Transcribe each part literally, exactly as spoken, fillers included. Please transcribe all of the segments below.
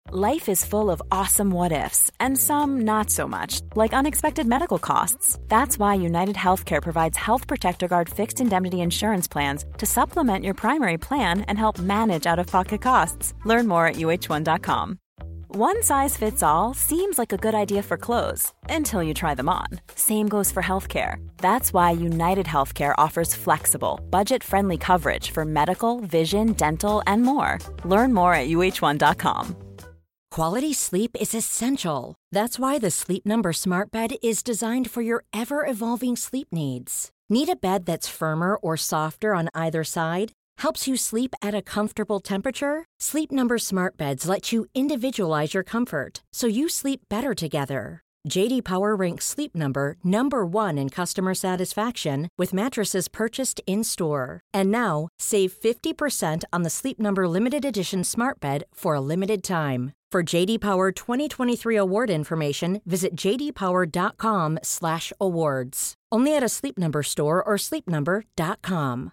Life is full of awesome what-ifs, and some not so much, like unexpected medical costs. That's why United Healthcare provides Health Protector Guard fixed indemnity insurance plans to supplement your primary plan and help manage out-of-pocket costs. Learn more at U H one dot com. One size fits all seems like a good idea for clothes until you try them on. Same goes for healthcare. That's why United Healthcare offers flexible, budget-friendly coverage for medical, vision, dental, and more. Learn more at U H one dot com. Quality sleep is essential. That's why the Sleep Number Smart Bed is designed for your ever-evolving sleep needs. Need a bed that's firmer or softer on either side? Helps you sleep at a comfortable temperature? Sleep Number Smart Beds let you individualize your comfort so you sleep better together. J D Power ranks Sleep Number number one in customer satisfaction with mattresses purchased in-store. And now, save fifty percent on the Sleep Number Limited Edition Smart Bed for a limited time. For J D Power twenty twenty-three award information, visit j d power dot com slash awards. Only at a Sleep Number store or sleep number dot com.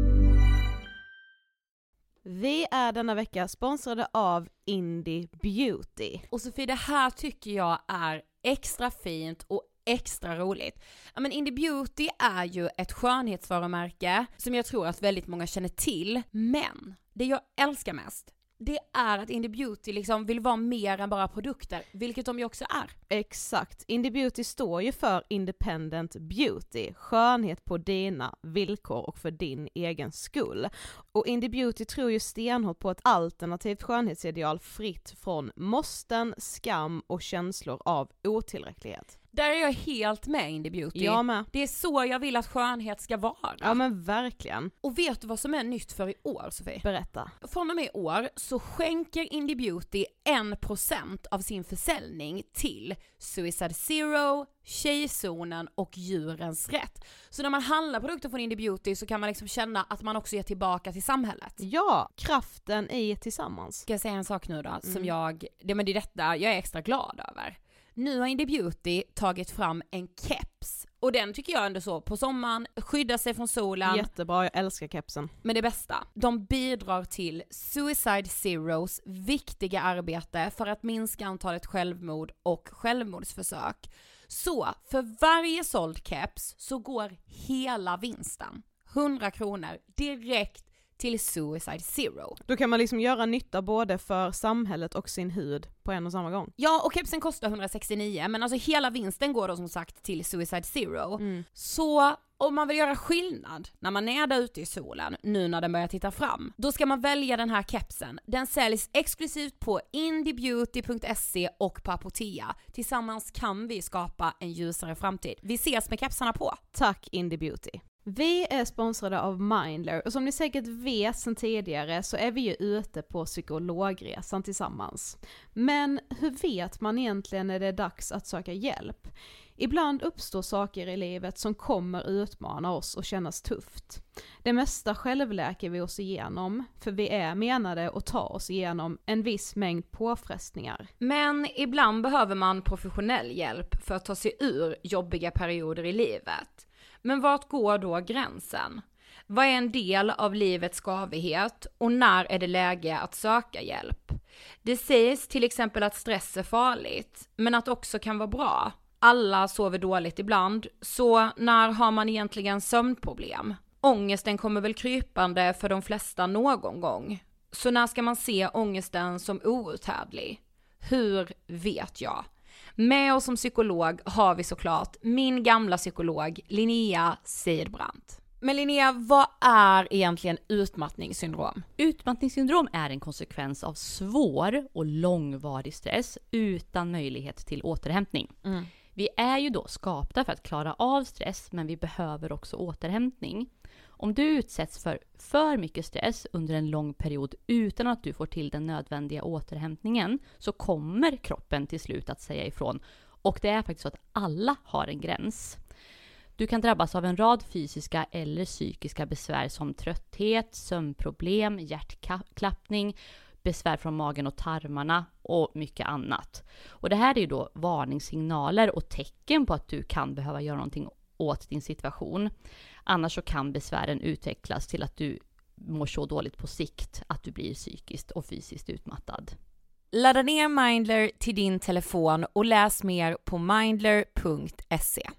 Vi är denna vecka sponsrade av Indie Beauty. Och Sofie, det här tycker jag är extra fint och extra roligt. Ja, men Indie Beauty är ju ett skönhetsvarumärke som jag tror att väldigt många känner till. Men det jag älskar mest, det är att Indie Beauty liksom vill vara mer än bara produkter, vilket de ju också är. Exakt. Indie Beauty står ju för Independent Beauty, skönhet på dina villkor och för din egen skull. Och Indie Beauty tror ju stenhårt på ett alternativt skönhetsideal fritt från måsten, skam och känslor av otillräcklighet. Där är jag helt med Indie Beauty. Jag med. Det är så jag vill att skönhet ska vara. Ja men verkligen. Och vet du vad som är nytt för i år, Sofie? Berätta. Från och med i år så skänker Indie Beauty en procent av sin försäljning till Suicide Zero, Tjejzonen och Djurens Rätt. Så när man handlar produkter från Indie Beauty så kan man liksom känna att man också ger tillbaka till samhället. Ja, kraften i tillsammans. Ska jag säga en sak nu då? Mm. Som jag, det, men det är detta jag är extra glad över. Nu har Indie Beauty tagit fram en keps. Och den tycker jag ändå så, på sommaren, skydda sig från solen. Jättebra, jag älskar kepsen. Men det bästa, de bidrar till Suicide Zeros viktiga arbete för att minska antalet självmord och självmordsförsök. Så för varje såld keps så går hela vinsten, hundra kronor, direkt till Suicide Zero. Då kan man liksom göra nytta både för samhället och sin hud på en och samma gång. Ja, och kepsen kostar hundrasextionio, men alltså hela vinsten går då som sagt till Suicide Zero. Mm. Så om man vill göra skillnad när man är där ute i solen, nu när den börjar titta fram, då ska man välja den här kepsen. Den säljs exklusivt på indiebeauty punkt se och på Apotea. Tillsammans kan vi skapa en ljusare framtid. Vi ses med kepsarna på. Tack Indie Beauty. Vi är sponsrade av Mindler och som ni säkert vet sedan tidigare så är vi ju ute på psykologresan tillsammans. Men hur vet man egentligen när det är dags att söka hjälp? Ibland uppstår saker i livet som kommer utmana oss och kännas tufft. Det mesta självläker vi oss igenom, för vi är menade att ta oss igenom en viss mängd påfrestningar. Men ibland behöver man professionell hjälp för att ta sig ur jobbiga perioder i livet. Men vart går då gränsen? Vad är en del av livets skavighet och när är det läge att söka hjälp? Det sägs till exempel att stress är farligt, men att också kan vara bra. Alla sover dåligt ibland, så när har man egentligen sömnproblem? Ångesten kommer väl krypande för de flesta någon gång. Så när ska man se ångesten som outhärdlig? Hur vet jag? Med oss som psykolog har vi såklart min gamla psykolog Linnea Seidbrant. Men Linnea, vad är egentligen utmattningssyndrom? Utmattningssyndrom är en konsekvens av svår och långvarig stress utan möjlighet till återhämtning. Mm. Vi är ju då skapta för att klara av stress, men vi behöver också återhämtning. Om du utsätts för för mycket stress under en lång period utan att du får till den nödvändiga återhämtningen, så kommer kroppen till slut att säga ifrån. Och det är faktiskt så att alla har en gräns. Du kan drabbas av en rad fysiska eller psykiska besvär som trötthet, sömnproblem, hjärtklappning, besvär från magen och tarmarna och mycket annat. Och det här är ju då varningssignaler och tecken på att du kan behöva göra någonting åt din situation. Annars så kan besvären utvecklas till att du mår så dåligt på sikt att du blir psykiskt och fysiskt utmattad. Ladda ner Mindler till din telefon och läs mer på mindler punkt se.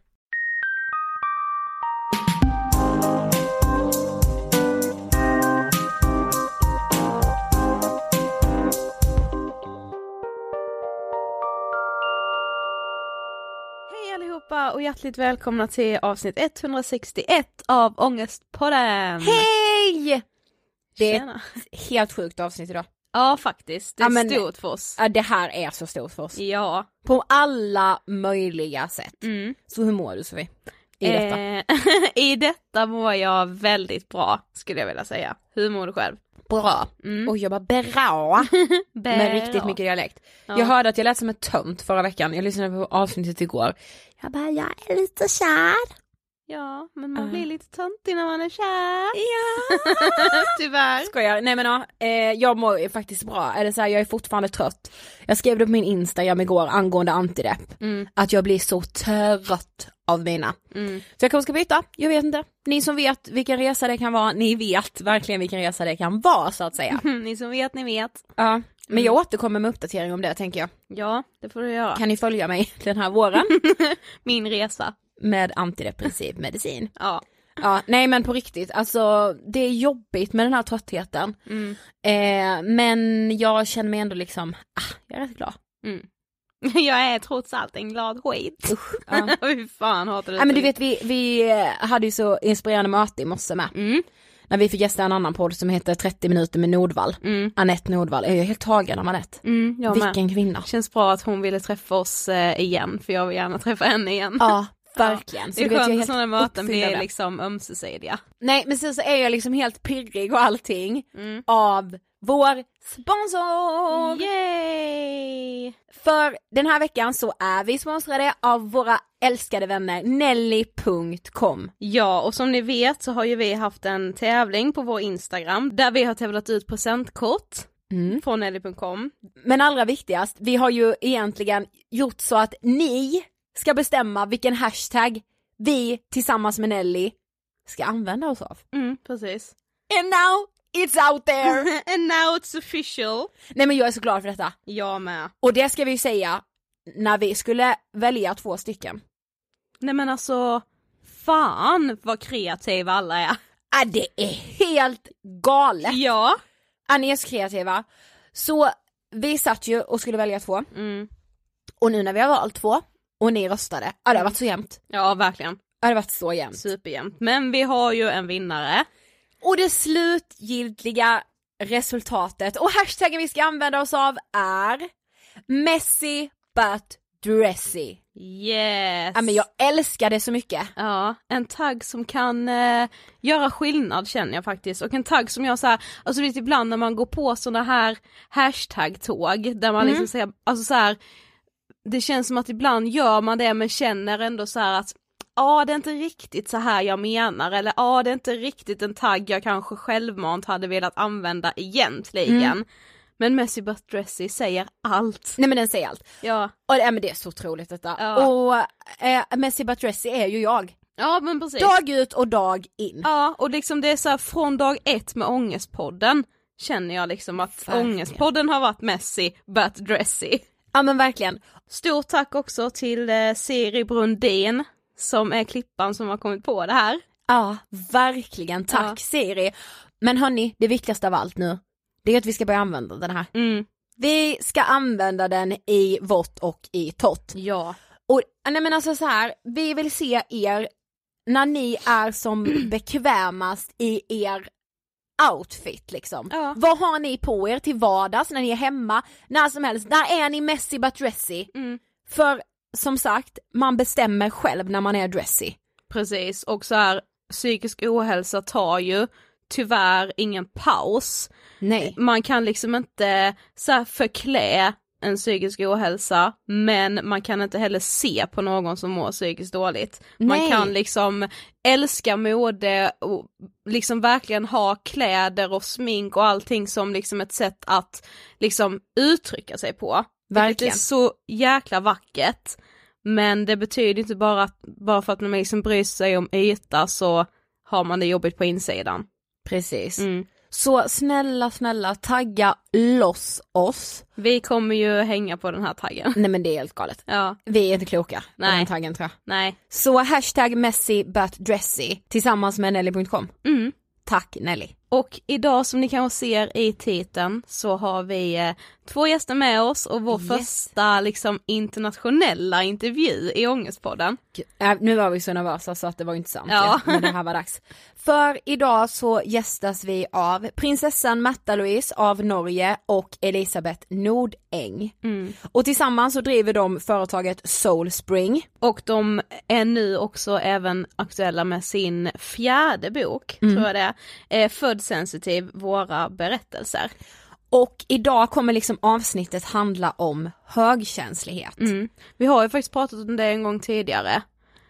Hej allihopa och hjärtligt välkomna till avsnitt etthundrasextioett av Ångestpodden. Hej! Det är Tjena. ett helt sjukt avsnitt idag. Ja faktiskt, det är Ja, men- stort för oss. Ja, det här är så stort för oss. Ja. På alla möjliga sätt. Mm. Så hur mår du, Sofie? I detta? Eh, I detta mår jag väldigt bra, skulle jag vilja säga. Hur mår du själv? Bra. Mm. Och jag bara bra. Med riktigt mycket dialekt. Ja. Jag hörde att jag lät som ett tönt förra veckan. Jag lyssnade på avsnittet igår. Jag bara, jag är lite kär. Ja, men man Uh. blir lite töntig när man är kär. Ja. Tyvärr. Skojar. Nej men ja, eh, jag mår faktiskt bra. Eller så här, jag är fortfarande trött. Jag skrev det på min Instagram igår angående antidepp. Mm. Att jag blir så trött av mina. Mm. Så jag kanske ska byta, jag vet inte. Ni som vet vilken resa det kan vara, ni vet verkligen vilken resa det kan vara så att säga. Ni som vet, ni vet. Ja, men jag återkommer med uppdatering om det tänker jag. Ja, det får du göra. Kan ni följa mig den här våren Min resa. med antidepressiv medicin? Ja. Ja, nej men på riktigt, alltså det är jobbigt med den här tröttheten. Mm. Eh, men jag känner mig ändå liksom, ah, jag är rätt glad. Mm. Jag är trots allt en glad skit. Ja. Hur fan hatar du Ja, men du så vet, vi, vi hade ju så inspirerande möte i morse med. Mm. När vi fick gästa en annan podd som heter trettio minuter med Nordvall. Mm. Anette Nordvall, jag är helt tagen av Anette. Mm, jag med. Vilken kvinna. Känns bra att hon ville träffa oss eh, igen, för jag vill gärna träffa henne igen. Ja, verkligen. Så Det är du vet, jag skönt är att sådana helt möten blir uppfyllande. liksom ömsesidiga. Nej, men sen så är jag liksom helt pirrig och allting Mm. av vår sponsor. Yay! För den här veckan så är vi sponsrade av våra älskade vänner Nelly punkt com. Ja, och som ni vet så har ju vi haft en tävling på vår Instagram där vi har tävlat ut presentkort Mm. från Nelly punkt com. Men allra viktigast, vi har ju egentligen gjort så att ni ska bestämma vilken hashtag vi tillsammans med Nelly ska använda oss av. Mm, precis. And now it's out there! And now it's official. Nej men jag är så glad för detta. Jag med. Och det ska vi ju säga när vi skulle välja två stycken. Nej men alltså, fan vad kreativa alla är. Äh, det är helt galet. Ja. Annie kreativa. Så vi satt ju och skulle välja två. Mm. Och nu när vi har valt två och ni röstade, ja det har varit så jämnt. Ja, verkligen. Ja, det har varit så jämnt. Superjämnt. Men vi har ju en vinnare. Och det slutgiltiga resultatet och hashtaggen vi ska använda oss av är messy but dressy. Yes. Ja, men jag älskar det så mycket. Ja, en tagg som kan eh, göra skillnad känner jag faktiskt. Och en tagg som jag så här, alltså vet ibland när man går på såna här hashtag-tåg där man Mm. liksom säger, alltså så här, det känns som att ibland gör man det men känner ändå så här att ja, det är inte riktigt så här jag menar, eller ja, det är inte riktigt en tagg jag kanske självmant hade velat använda egentligen. Mm. Men Messy but Dressy säger allt. Nej men den säger allt. Ja, Och ja, men det är så otroligt detta. Ja. Och eh, messy but dressy är ju jag. ja men precis. Dag ut och dag in. Ja, och liksom det är så här, från dag ett med Ångestpodden känner jag liksom att Verkligen. Ångestpodden har varit messy but dressy. Ja men verkligen. Stort tack också till eh, Siri Brundin som är klippan som har kommit på det här. Ja, verkligen. Tack Ja. Siri. Men hörni, det viktigaste av allt nu, det är att vi ska börja använda den här. Mm. Vi ska använda den i vått och i torrt. Ja. Och nej men alltså så här, vi vill se er när ni är som bekvämast i er outfit liksom. Ja. Vad har ni på er till vardags när ni är hemma, när som helst, där är ni messy but dressy. Mm. För som sagt, man bestämmer själv när man är dressy. Precis, och så här, psykisk ohälsa tar ju tyvärr ingen paus. Nej. Man kan liksom inte så här, förklä en psykisk ohälsa, men man kan inte heller se på någon som mår psykiskt dåligt. Man Nej. kan liksom älska mode och liksom verkligen ha kläder och smink och allting som liksom ett sätt att liksom uttrycka sig på. Verkligen. Det är så jäkla vackert, men det betyder inte bara att bara för att man liksom bryr sig om yta så har man det jobbigt på insidan. Precis. Mm. Så snälla, snälla, tagga loss oss. Vi kommer ju hänga på den här taggen. Nej men det är helt galet. Ja. Vi är inte kloka på Nej. den taggen tror jag. Nej. Så hashtag messy but dressy tillsammans med Nelly punkt com. Mm. Tack Nelly. Och idag som ni kanske ser i titeln så har vi eh, två gäster med oss och vår Yes. första liksom internationella intervju i Ångestpodden. Äh, nu var vi så nervösa så att det var inte sant. Ja. Ja, men det här var dags. För idag så gästas vi av prinsessan Märta-Louise av Norge och Elisabeth Nordeng. Mm. Och tillsammans så driver de företaget Soul Spring. Och de är nu också även aktuella med sin fjärde bok, Mm. tror jag det är, eh, Född sensitiv, våra berättelser. Och idag kommer liksom avsnittet handla om högkänslighet. Mm. Vi har ju faktiskt pratat om det en gång tidigare.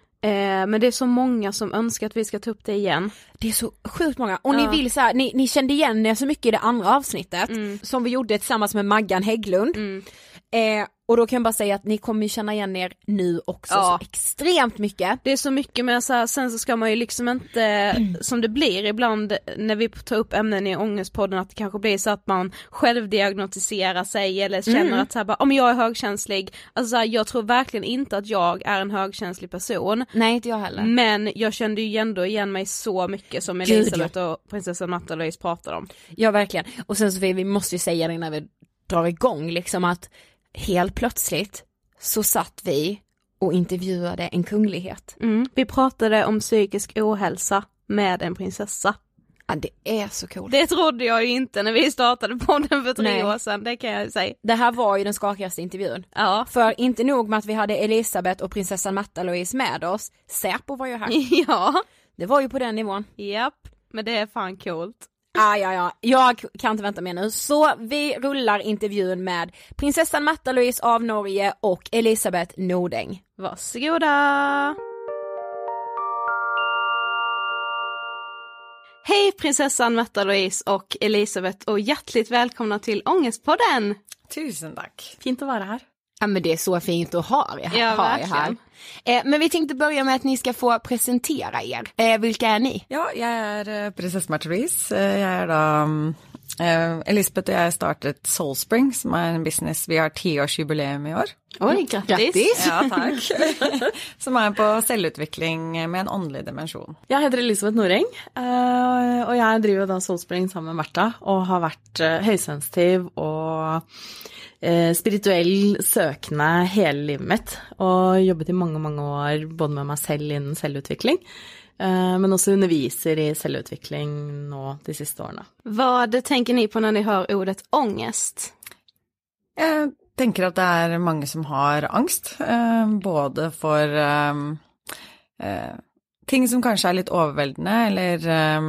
Eh, men det är så många som önskar att vi ska ta upp det igen. Det är så sjukt många. Och Ja. ni vill så här, ni, ni kände igen er så mycket i det andra avsnittet Mm. som vi gjorde tillsammans med Maggan Hägglund. Mm. Eh, och då kan jag bara säga att ni kommer ju känna igen er nu också Ja. så extremt mycket. Det är så mycket med så här, sen så ska man ju liksom inte, Mm. som det blir ibland när vi tar upp ämnen i Ångestpodden, att det kanske blir så att man självdiagnostiserar sig eller känner Mm. att så här, bara, om jag är högkänslig, alltså så här, jag tror verkligen inte att jag är en högkänslig person, Nej, inte jag heller. men jag kände ju ändå igen mig så mycket som Gud, Elisabeth och prinsessan Märta-Louise pratade om. Ja, verkligen. Och sen så vi, vi måste ju säga det när vi drar igång liksom att helt plötsligt så satt vi och intervjuade en kunglighet. Mm. Vi pratade om psykisk ohälsa med en prinsessa. Ja, det är så coolt. Det trodde jag ju inte när vi startade podden för tre Nej. år sedan, det kan jag ju säga. Det här var ju den skakigaste intervjun. Ja. För inte nog med att vi hade Elisabeth och prinsessan Märta-Louise med oss, Säpo var ju här. Ja. Det var ju på den nivån. Japp, men det är fan coolt. Ah, ja, ja, jag kan inte vänta mer nu. Så vi rullar intervjun med prinsessan Märta-Louise av Norge och Elisabeth Nordeng. Varsågoda! Hej prinsessan Märta-Louise och Elisabeth och hjärtligt välkomna till Ångestpodden! Tusen tack. Fint att vara här. Ja, men det är så fint att ha er här. Ja, ha er verkligen. här. Eh, men vi tänkte börja med att ni ska få presentera er. Eh, vilka är ni? Ja, jag är eh, prinsessa Märta-Louise. Eh, Jag är då um, eh, Elisabeth och jag har startat Soul Spring som är en business. Vi har tioårsjubileum i år. Oj, grattis! Ja, tack. Som är på självutveckling med en åndlig dimension. Jeg heter Elisabeth Nordeng, eh, og jeg driver da Soul Spring sammen med Märta, og har vært eh, høysensitiv og eh, spirituell søkende hele livet mitt, og jobbet i mange, mange år både med meg selv innen selvutvikling, eh, men også underviser i selvutvikling nå de siste årene. Vad tänker ni på när ni hör ordet ångest? Jag tänker att det är många som har angst, eh, både för eh, eh, ting som kanske är lite överväldigande eller eh,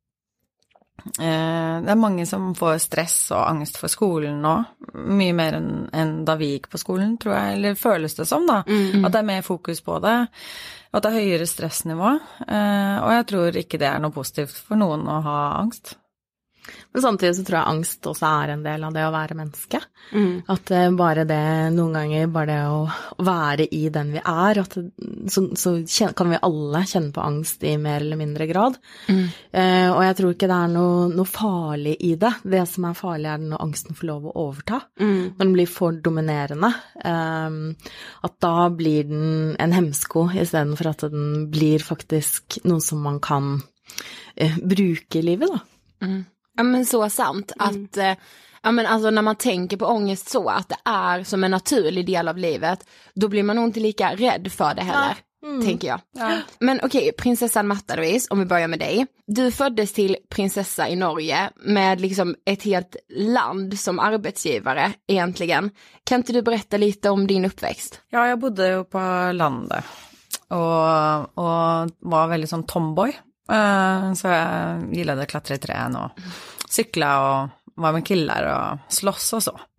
eh, det är många som får stress och angst för skolan nu, mycket mer än, än då vi gick på skolan tror jag, eller känns det som då, Mm. att det är mer fokus på det, att det är högre stressnivå, eh, och jag tror inte det är något positivt för någon att ha angst. Men samtidig så tror jeg angst også er en del av det å være menneske. Mm. At eh, bare det, noen ganger bare det å, å være i den vi er, at det- så, så kjen, kan vi alle kjenne på angst i mer eller mindre grad. Eh, og jeg tror ikke det er noe, noe farlig i det. Det som er farlig er når angsten får lov å overta. Mm. Når den blir for dominerende. Eh, at da blir den en hemsko, i stedet for at den blir faktisk noe som man kan eh, bruke i livet da. Ja, men så sant att eh, ja, men alltså när man tänker på ångest så att det är som en naturlig del av livet, då blir man nog inte lika rädd för det heller, tänker jag. Men okej, prinsessan Märta-Louise, om vi börjar med dig. Du föddes till prinsessa i Norge med liksom ett helt land som arbetsgivare egentligen. Kan inte du berätta lite om din uppväxt? Ja, jag bodde ju på landet och, och var väldigt sån tomboy. Uh, så jag gillade att klättra i träd och cykla och vara med killar och slåss och så.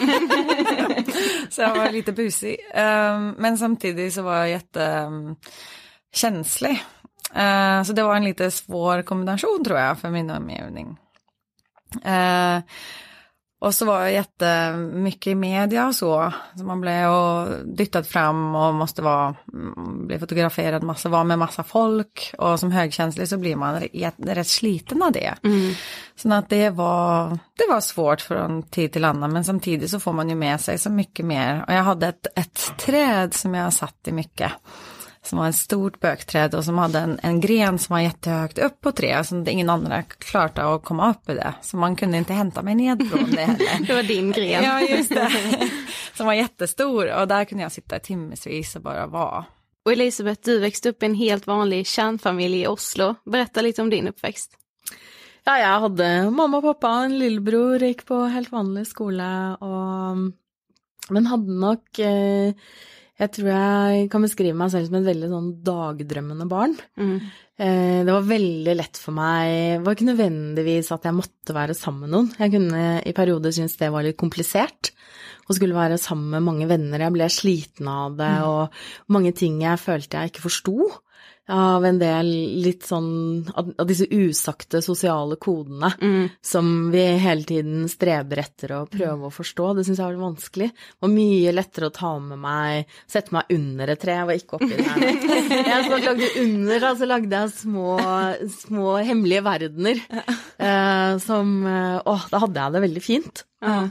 Så jag var lite busig. Uh, men samtidigt så var jag jättekänslig. Uh, så det var en lite svår kombination tror jag för min omgivning. Uh, Och så var jag jättemycket i media och så. Så man blev och dyttad fram och måste vara, bli fotograferad massa, vara med massa folk. Och som högkänslig så blir man rätt, rätt sliten av det. Mm. Så att det var, det var svårt från tid till annan. Men samtidigt så får man ju med sig så mycket mer. Och jag hade ett, ett träd som jag satt i mycket. Som var ett stort bökträd och som hade en, en gren som var jättehögt upp på trädet. Så ingen annan klarade att komma upp i det. Så man kunde inte hämta mig ned från det heller. Det var din gren. Ja, just det. Som var jättestor och där kunde jag sitta timmesvis och bara vara. Och Elisabeth, du växte upp i en helt vanlig kärnfamilj i Oslo. Berätta lite om din uppväxt. Ja, jag hade mamma och pappa, en lillebror, gick på helt vanlig skola. Och... Men hade nog... Eh... Jeg tror jeg kan beskrive meg selv som et veldig sånn dagdrømmende barn. Mm. Eh, det var veldig lett for meg, det var ikke nødvendigvis at jeg måtte være sammen med noen. Jeg kunne i perioder synes det var litt komplisert, og skulle være sammen med mange venner. Jeg ble sliten av det, mm. og mange ting jeg følte jeg ikke forstod. Av en del litt sånn, av, av disse usagte sosiale kodene mm. som vi hele tiden streber etter å prøve mm. å forstå. Det synes jeg var vanskelig. Det var mye lettere å ta med meg, sette meg under et tre, jeg var ikke oppi det her. Jeg som lagde under, da, så lagde jeg små, små hemmelige verdener, eh, som, åh, da hadde jeg det veldig fint. Ja.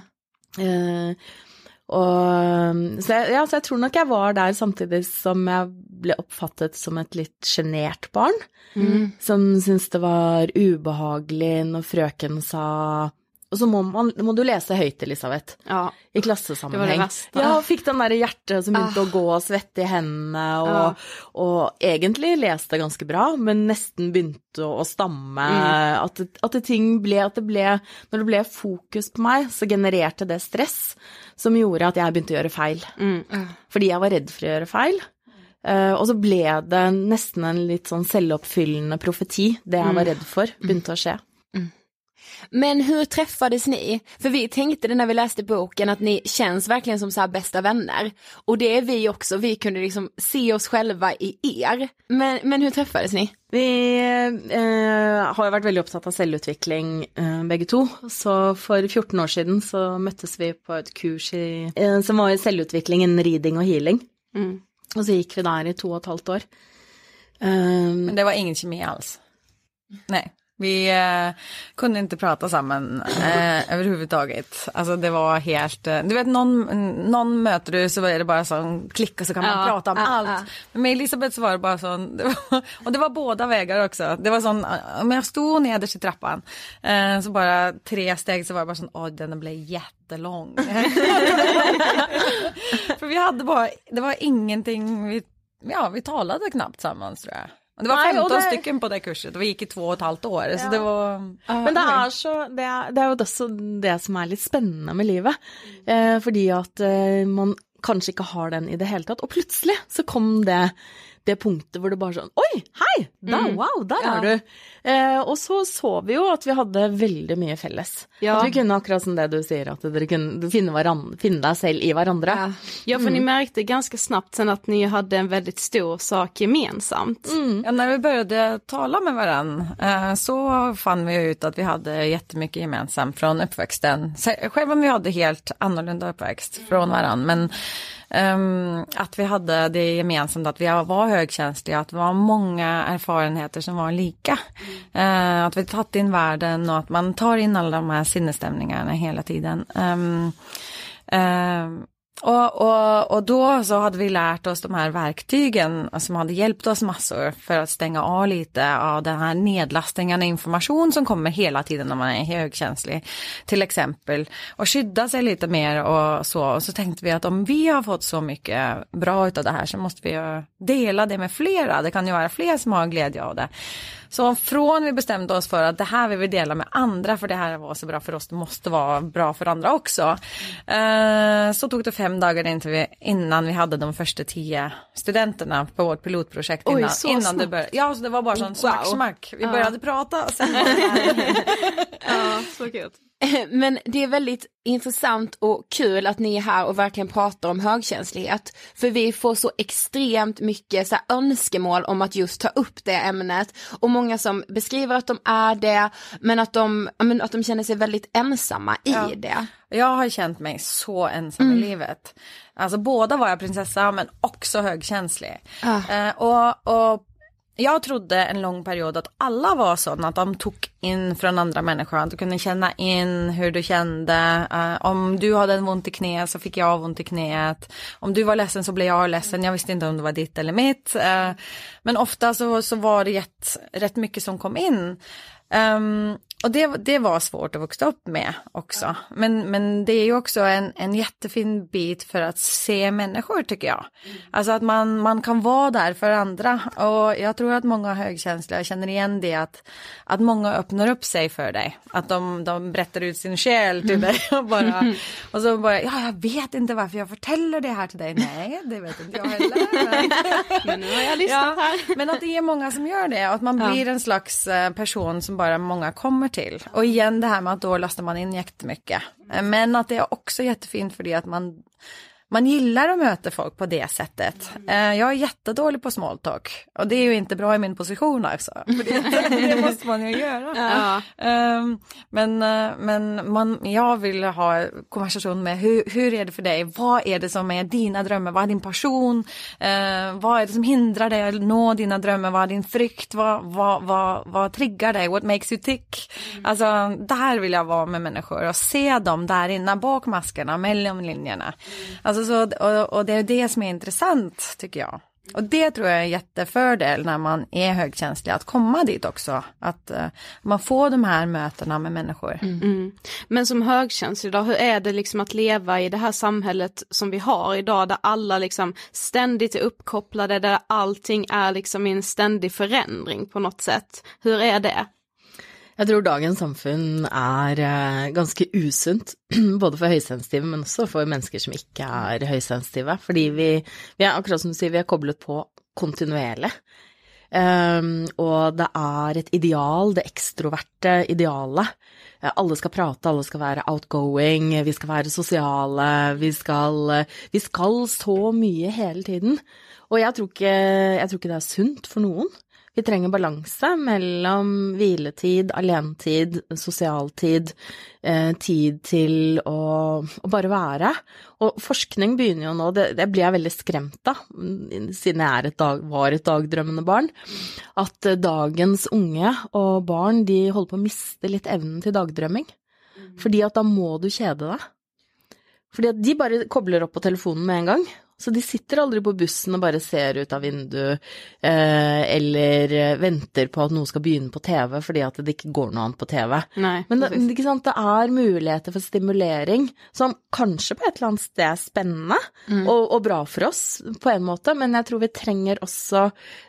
Eh, Og, så, jeg, ja, så jeg tror nok jeg var der samtidig som jeg ble oppfattet som et litt genert barn, mm. som syntes det var ubehagelig når frøken sa, og så må, man, må du lese høyt, Elisabeth, ja. I klassesammenheng. Det var det verste. Ja, fikk den der hjertet som begynte ah. å gå og svette i hendene, og, ah. og egentlig leste ganske bra, men nesten begynte å, å stamme, mm. at, at det ting ble, at det ble, når det ble fokus på meg, så genererte det stress, som gjorde at jeg begynte å gjøre feil. Mm. Fordi jeg var redd for å gjøre feil. Uh, og så ble det nesten en litt sånn selvoppfyllende profeti, det jeg var redd for, begynte å skje. Mm. Men hur träffades ni? För vi tänkte det när vi läste boken att ni känns verkligen som så här bästa vänner. Och det är vi också, vi kunde liksom se oss själva i er. Men, men hur träffades ni? Vi eh, har jo vært veldig opptatt av selvutvikling eh, begge to, så for fjorten år siden så møttes vi på et kurs i, eh, som var i selvutvikling, en reading og healing, mm. og så gikk vi der i to og et halvt år. Um, Men det var ingen kemi alls? Nej. Vi eh, kunde inte prata samman eh, överhuvudtaget. Alltså det var helt, eh, du vet någon, någon möter du så är det bara sån klick och så kan man ja, prata om ja, allt. Ja. Men med Elisabeth så var det bara sån, det var, och det var båda vägar också. Det var sån, om jag stod nederst i trappan eh, så bara tre steg så var det bara sån, åh den blev jättelång. För vi hade bara, det var ingenting, vi, ja vi talade knappt sammans tror jag. Det var femton Nei, det... stycken på det kurset, og vi gikk i två og et halvt år, ja. Så det var... Uh, Men det er, så, det, er, det er jo også det som er litt spennende med livet, eh, fordi at eh, man kanskje ikke har den i det hele tatt, og plutselig så kom det, det punktet hvor det bare sånn, oi, hei, da, mm. wow, der ja. Er du. Eh, og så så vi jo at vi hadde veldig mye felles. Ja. At vi kunne akkurat som det du sier, at dere kunne finne, varandre, finne deg selv i varandra. Ja, ja för mm. ni märkte ganska snabbt sen att ni hade en väldigt stor sak gemensamt. Mm. Ja, när vi började tala med varandra eh, så fann vi ut att vi hade jättemycket gemensamt från uppväxten. Själv om vi hade helt annorlunda uppväxt från varandra, men Um, att vi hade det gemensamt att vi var högkänsliga, att det var många erfarenheter som var lika. Mm. Uh, att vi tagit in världen och att man tar in alla de här sinnesstämningarna hela tiden. Um, uh, Och, och, och då så hade vi lärt oss de här verktygen som hade hjälpt oss massor för att stänga av lite av den här nedlastningen av information som kommer hela tiden när man är högkänslig till exempel, och skydda sig lite mer och så. Och så tänkte vi att om vi har fått så mycket bra utav det här så måste vi dela det med flera. Det kan ju vara fler som har glädje av det. Så från vi bestämde oss för att det här vill vi dela med andra, för det här var så bra för oss, det måste vara bra för andra också. Mm. Så tog det fem dagar innan vi, innan vi hade de första tio studenterna på vårt pilotprojekt. Innan, Oj, så innan det började. Ja, så det var bara sån smack, wow. smack. Vi började uh. prata och sen... Ja, så kul. Men det är väldigt intressant och kul att ni är här och verkligen pratar om högkänslighet. För vi får så extremt mycket så här önskemål om att just ta upp det ämnet. Och många som beskriver att de är det, men att de, men att de känner sig väldigt ensamma i ja. det. Jag har känt mig så ensam mm. i livet. Alltså båda var jag prinsessa men också högkänslig. Ah. Eh, och, och jag trodde en lång period att alla var sådana, att de tog in från andra människor, att du kunde känna in hur du kände. Uh, om du hade en ont i knät så fick jag ont i knät. Om du var ledsen så blev jag ledsen. Jag visste inte om det var ditt eller mitt. Uh, men ofta så, så var det rätt, rätt mycket som kom in. Um, och det, det var svårt att växa upp med också. Men, men det är ju också en, en jättefin bit för att se människor, tycker jag. Alltså att man, man kan vara där för andra. Och jag tror att många högkänsliga känner igen det, att, att många öppnar upp sig för dig. Att de, de berättar ut sin själ till dig. Och, bara, och så bara, ja jag vet inte varför jag förtäller det här till dig. Nej, det vet inte jag heller. Men, men nu har jag lyssnat ja, här. Men att det är många som gör det. Och att man blir en slags person som bara många kommer till. Och igen det här med att då lastar man in jättemycket. Men att det är också jättefint för det att man, man gillar att möta folk på det sättet. Jag är jättedålig på small talk. Och det är ju inte bra i min position alltså. För det, det måste man ju göra. Ja. Men, men man, jag vill ha konversation med hur, hur är det för dig? Vad är det som är dina drömmar? Vad är din passion? Vad är det som hindrar dig att nå dina drömmar? Vad är din frykt? Vad, vad, vad, vad triggar dig? What makes you tick? Alltså där vill jag vara med människor och se dem där inne bak maskerna, mellan linjerna. Alltså så, och, och det är det som är intressant, tycker jag. Och det tror jag är en jättefördel när man är högkänslig, att komma dit också. Att uh, man får de här mötena med människor. Mm. Mm. Men som högkänslig då, hur är det liksom att leva i det här samhället som vi har idag, där alla liksom ständigt är uppkopplade, där allting är liksom i en ständig förändring på något sätt. Hur är det? Jeg tror dagens samfunn er eh, ganske usunt, både for høysensitive, men også for mennesker som ikke er høysensitive. Fordi vi, vi er, akkurat som du sier, vi er koblet på kontinuerlig. Um, og det er et ideal, det ekstroverte idealet. Alle skal prate, alle skal være outgoing, vi skal være sosiale, vi skal, vi skal så mye hele tiden. Og jeg tror ikke, jeg tror ikke det er sunt for noen. Vi trenger balanse mellom hviletid, alenetid, sosialtid, eh, tid til å, å bare være. Og forskning begynner jo nå, det, det blir jeg veldig skremt av, siden jeg er et dag, var et dagdrømmende barn, at dagens unge og barn, de holder på å miste litt evnen til dagdrømming. Fordi at da må du kjede deg. Fordi at de bare kobler opp på telefonen med en gang. Så de sitter aldri på bussen og bare ser ut av vinduet, eh, eller venter på at noe skal begynne på T V, fordi at det ikke går noe annet på T V. Nei, Men det, ikke sant, det er muligheter for stimulering, som kanskje på et eller annet sted er spennende, mm. og, og bra for oss på en måte, men jeg tror vi trenger også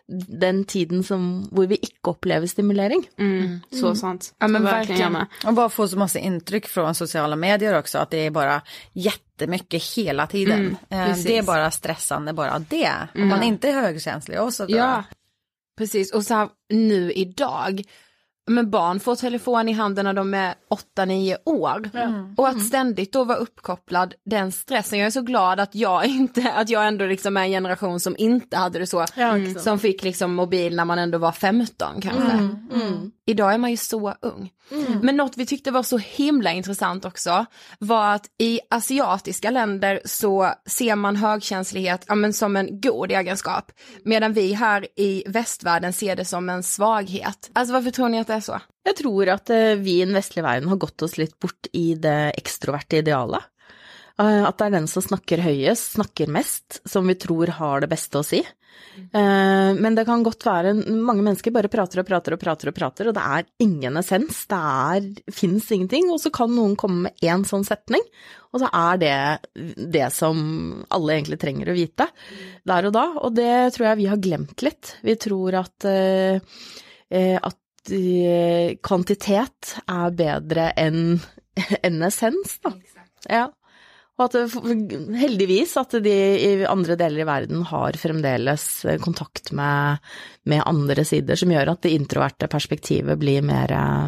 den tiden som, hvor vi ikke opplever stimulering. Mm. Så sant. Ja, men verkligen. Och bara få så massa intryck från sociala medier också, att det är bara jättemycket hela tiden. Mm, det är bara stressande, bara det. Mm. Att man inte är högkänslig och så. Ja, precis. Och så här, nu idag, men barn får telefon i handen när de är åtta nio år. Mm. Och att ständigt då vara uppkopplad, den stressen. Jag är så glad att jag inte, att jag ändå liksom är en generation som inte hade det så. Mm. Som fick liksom mobil när man ändå var femton kanske. Mm. Mm. Idag är man ju så ung. Mm. Men något vi tyckte var så himla intressant också var att i asiatiska länder så ser man högkänslighet, ja, men som en god egenskap, medan vi här i västvärlden ser det som en svaghet. Alltså varför tror ni att det är så? Jag tror att uh, vi i den vestlige verden har gått oss litt bort i det ekstroverte idealet. Uh, at det er den som snakker høyest, snakker mest, som vi tror har det beste å si. Uh, men det kan godt være, mange mennesker bare prater og prater og prater og prater, og det er ingen essens, det er, finnes ingenting, og så kan noen komme med en sånn setning, og så er det det som alle egentlig trenger å vite der og da, og det tror jeg vi har glemt litt. Vi tror at, uh, uh, at uh, kvantitet er bedre enn en essens, da. Ja. Og at det, heldigvis at de i andre deler i verden har fremdeles kontakt med, med andre sider, som gjør at det introverte perspektivet blir mer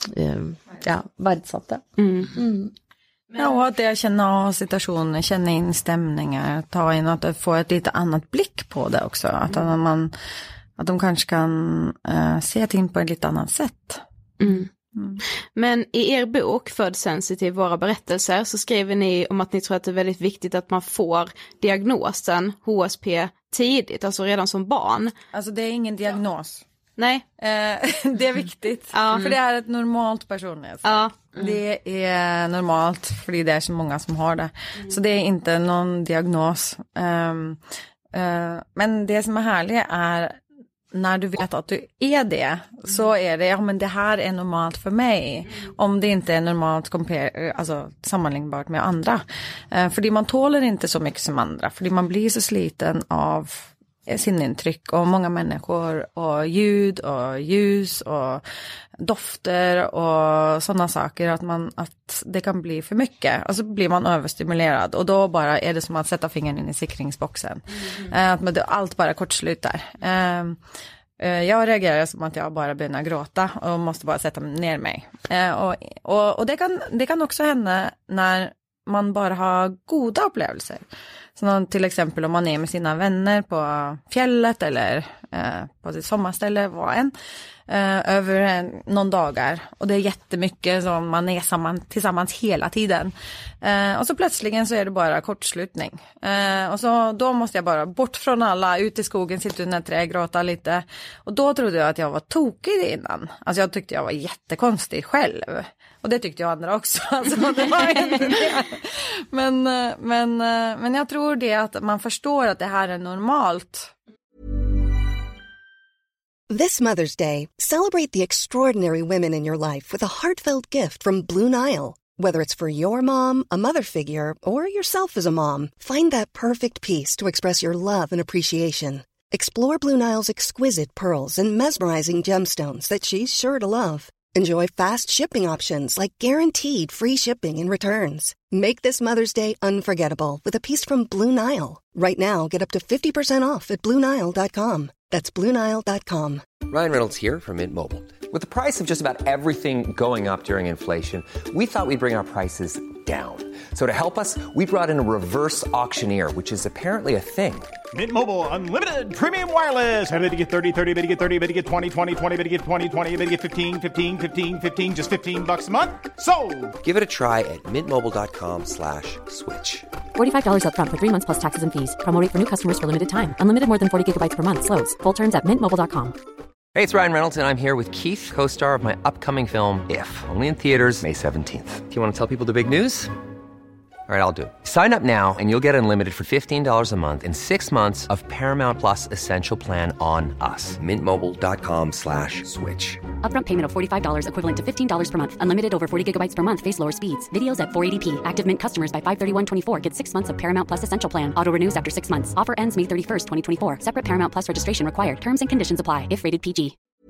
ja, verdsatte. Mm. Mm. Ja, och att jag känner av situationer, känner in stämningar, ta in att få ett lite annat blick på det också. Att, mm. man, att de kanske kan uh, se ting på ett lite annat sätt. Mm. Mm. Men i er bok Född sensitiv, våra berättelser, så skriver ni om att ni tror att det är väldigt viktigt att man får diagnosen H S P tidigt, alltså redan som barn. Alltså det är ingen diagnos. Ja. Nej. Eh, det är viktigt, ja. för det är ett normalt personlighet. Ja. Mm. Det är normalt, för det är så många som har det. Mm. Så det är inte någon diagnos. Um, uh, men det som är härligt är när du vet att du är det, mm. så är det, ja men det här är normalt för mig. Mm. Om det inte är normalt compare, alltså sammanlignbart med andra. Uh, för man tåler inte så mycket som andra, för man blir så sliten av sin intryck och många människor och ljud och ljus och dofter och sådana saker, att man att det kan bli för mycket och så blir man överstimulerad och då bara är det som att sätta fingern in i sikringsboxen. Mm. Att allt bara kortslutar. Jag reagerar som att jag bara börjar gråta och måste bara sätta ner mig. Och, och, och det kan, det kan också hända när man bara har goda upplevelser. Så till exempel om man är med sina vänner på fjället eller eh, på sitt sommarställe, var en, eh, över en, någon dagar. Och det är jättemycket som man är samman, tillsammans hela tiden. Eh, och så plötsligen så är det bara kortslutning. Eh, och så då måste jag bara bort från alla, ut i skogen, sitta under ett träd, gråta lite. Och då trodde jag att jag var tokig innan. Alltså jag tyckte jag var jättekonstig själv. Och det tyckte jag andra också. Alltså, det var inte det. Men, men, men jag tror det att man förstår att det här är normalt. This Mother's Day, celebrate the extraordinary women in your life with a heartfelt gift from Blue Nile. Whether it's for your mom, a mother figure, or yourself as a mom, find that perfect piece to express your love and appreciation. Explore Blue Nile's exquisite pearls and mesmerizing gemstones that she's sure to love. Enjoy fast shipping options like guaranteed free shipping and returns. Make this Mother's Day unforgettable with a piece from Blue Nile. Right now, get up to fifty percent off at blue nile dot com. That's blue nile dot com. Ryan Reynolds here from Mint Mobile. With the price of just about everything going up during inflation, we thought we'd bring our prices down. So to help us, we brought in a reverse auctioneer, which is apparently a thing. Mint Mobile Unlimited Premium Wireless. How to get thirty, thirty, how to get thirty, how to get twenty, twenty, twenty, how to get twenty, twenty, how to get fifteen, fifteen, fifteen, fifteen, just fifteen bucks a month? Sold! Give it a try at mintmobile.com slash switch. forty-five dollars up front for three months plus taxes and fees. Promo rate for new customers for limited time. Unlimited more than forty gigabytes per month. Slows full terms at mint mobile dot com. Hey, it's Ryan Reynolds, and I'm here with Keith, co-star of my upcoming film, If, only in theaters May seventeenth. Do you want to tell people the big news? All right, I'll do it. Sign up now and you'll get unlimited for fifteen dollars a month and six months of Paramount Plus Essential Plan on us. Mintmobile.com slash switch. Upfront payment of forty-five dollars equivalent to fifteen dollars per month. Unlimited over forty gigabytes per month. Face lower speeds. Videos at four eighty p. Active Mint customers by five thirty-one twenty-four get six months of Paramount Plus Essential Plan. Auto renews after six months. Offer ends May thirty-first, twenty twenty-four. Separate Paramount Plus registration required. Terms and conditions apply if rated P G.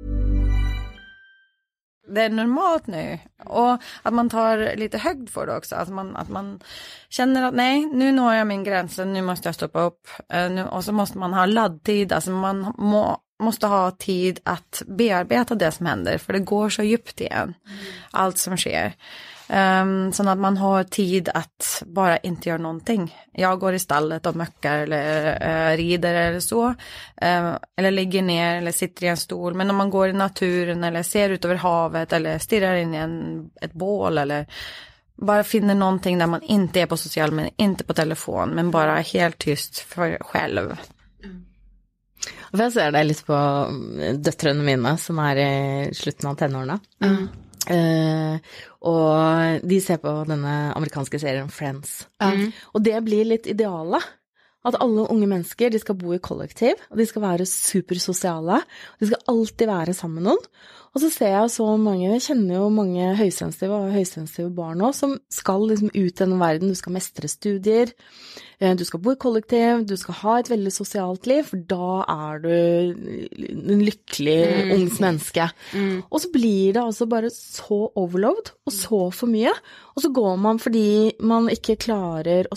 Det är normalt nu. Och att man tar lite höjd för det också. Att man, att man känner att nej, nu når jag min gräns. Nu måste jag stoppa upp. Uh, nu, och så måste man ha laddtid. Alltså man må, måste ha tid att bearbeta det som händer. För det går så djupt igen. Mm. Allt som sker. Um, så att man har tid att bara inte göra någonting. Jag går i stallet och möckar eller uh, rider eller så. Uh, eller ligger ner eller sitter i en stol. Men om man går i naturen eller ser ut över havet eller stirrar in i en, ett bål eller bara finner någonting där man inte är på social media, inte på telefon, men bara helt tyst för själv. Och jag ser det lite på döttrarna mina som är i slutet av tenårarna. Mm. Uh, og de ser på denne amerikanske serien Friends. Mm. Og det blir litt idealet. At alle unge mennesker, de skal bo i kollektiv, og de skal være supersosiale, og de skal alltid være sammen med noen. Og så ser jeg så mange, jeg kjenner jo mange høysensitive og høysensitive barn også, som skal liksom ut i denne verden. Du skal mestre studier, du skal bo i kollektiv, du skal ha et veldig sosialt liv, for da er du en lykkelig mm. ungs menneske. Mm. Og så blir det altså bare så overload, og så for mye. Og så går man fordi man ikke klarer å stoppe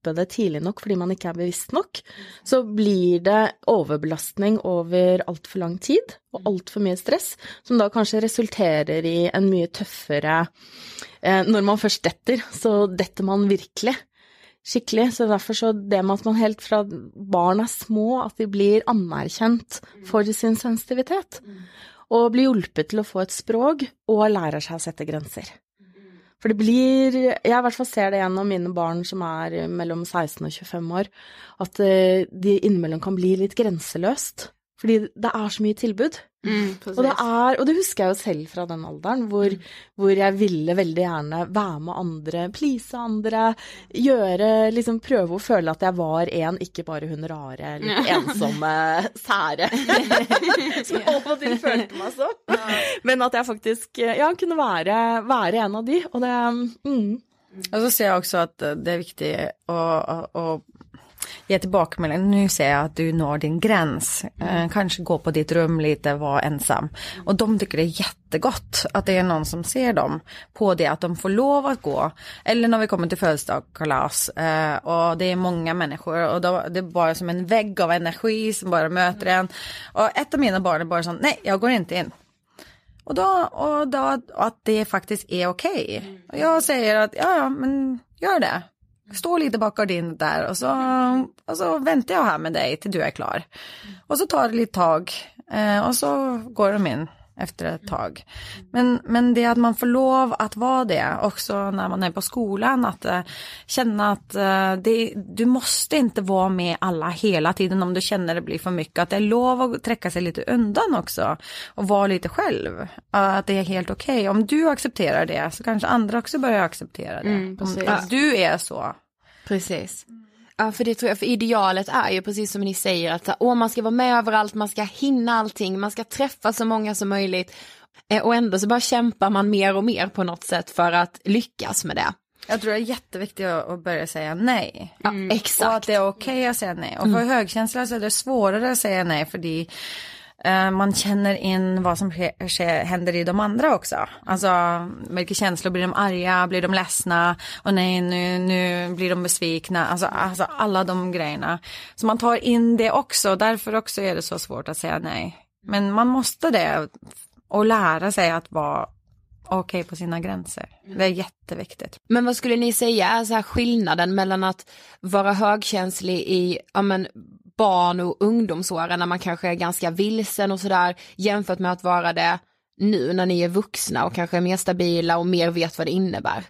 stoppe det tidlig nok fordi man ikke er bevisst nok, så blir det overbelastning over alt for lang tid og alt for mye stress, som da kanskje resulterer i en mye tøffere eh, når man først detter, så detter man virkelig skikkelig, så derfor så det med at man helt fra barn er små, at de blir anerkjent for sin sensitivitet, og blir hjulpet til å få et språk, og lærer seg å sette grenser. For det blir, jeg i hvert fall ser det gjennom mine barn som er mellom seksten og tjuefem år, at de innimellom kan bli litt grenseløst, fordi det er så mye tilbud. Mm, og, det er, og det husker jeg jo selv fra den alderen, hvor, mm. hvor jeg ville veldig gjerne være med andre, please andre, gjøre, liksom prøve å føle at jeg var en, ikke bare hun rare, litt ensomme, sære, som av og til følte meg så. Men at jeg faktisk, ja, kunne være, være en av de, og det, mm. Och så ser jag också att det är viktigt att, att ge tillbaka. Nu ser jag att du når din gräns. Eh, kanske gå på ditt rum lite, vara ensam. Och de tycker det är jättegott att det är någon som ser dem på det, att de får lov att gå. Eller när vi kommer till födelsedagskalas eh, och det är många människor och då, det är bara som en vägg av energi som bara möter en. Och ett av mina barn är bara sån, nej, jag går inte in. Och då, och då att det faktiskt är okej. Okay. Och jag säger att ja, ja, men gör det. Stå lite bakom din där och så, och så väntar jag här med dig till du är klar. Och så tar det lite tag eh, och så går de in efter ett tag. Men, men det är att man får lov att vara det också när man är på skolan, att uh, känna att uh, det, du måste inte vara med alla hela tiden om du känner det blir för mycket. Att det är lov att träcka sig lite undan också och vara lite själv. Uh, att det är helt okej. Okay. Om du accepterar det så kanske andra också börjar acceptera det. Mm, om att du är så. Precis. Ja, för det tror jag, för idealet är ju precis som ni säger att åh, man ska vara med överallt, man ska hinna allting, man ska träffa så många som möjligt och ändå så bara kämpar man mer och mer på något sätt för att lyckas med det. Jag tror det är jätteviktigt att börja säga nej. Mm. Ja, exakt. Och att det är okej okay att säga nej. Och för mm. högkänsliga så är det svårare att säga nej för Uh, man känner in vad som ske, ske, händer i de andra också. Alltså, vilka känslor, blir de arga, blir de ledsna, och nej, nu, nu blir de besvikna. Alltså, alltså alla de grejerna. Så man tar in det också, därför också är det så svårt att säga nej. Men man måste det och lära sig att vara okej okay på sina gränser. Det är jätteviktigt. Men vad skulle ni säga är så här skillnaden mellan att vara högkänslig i, ja men, barn- och ungdomsåren när man kanske är ganska vilsen och sådär, jämfört med att vara det nu när ni är vuxna och kanske är mer stabila och mer vet vad det innebär?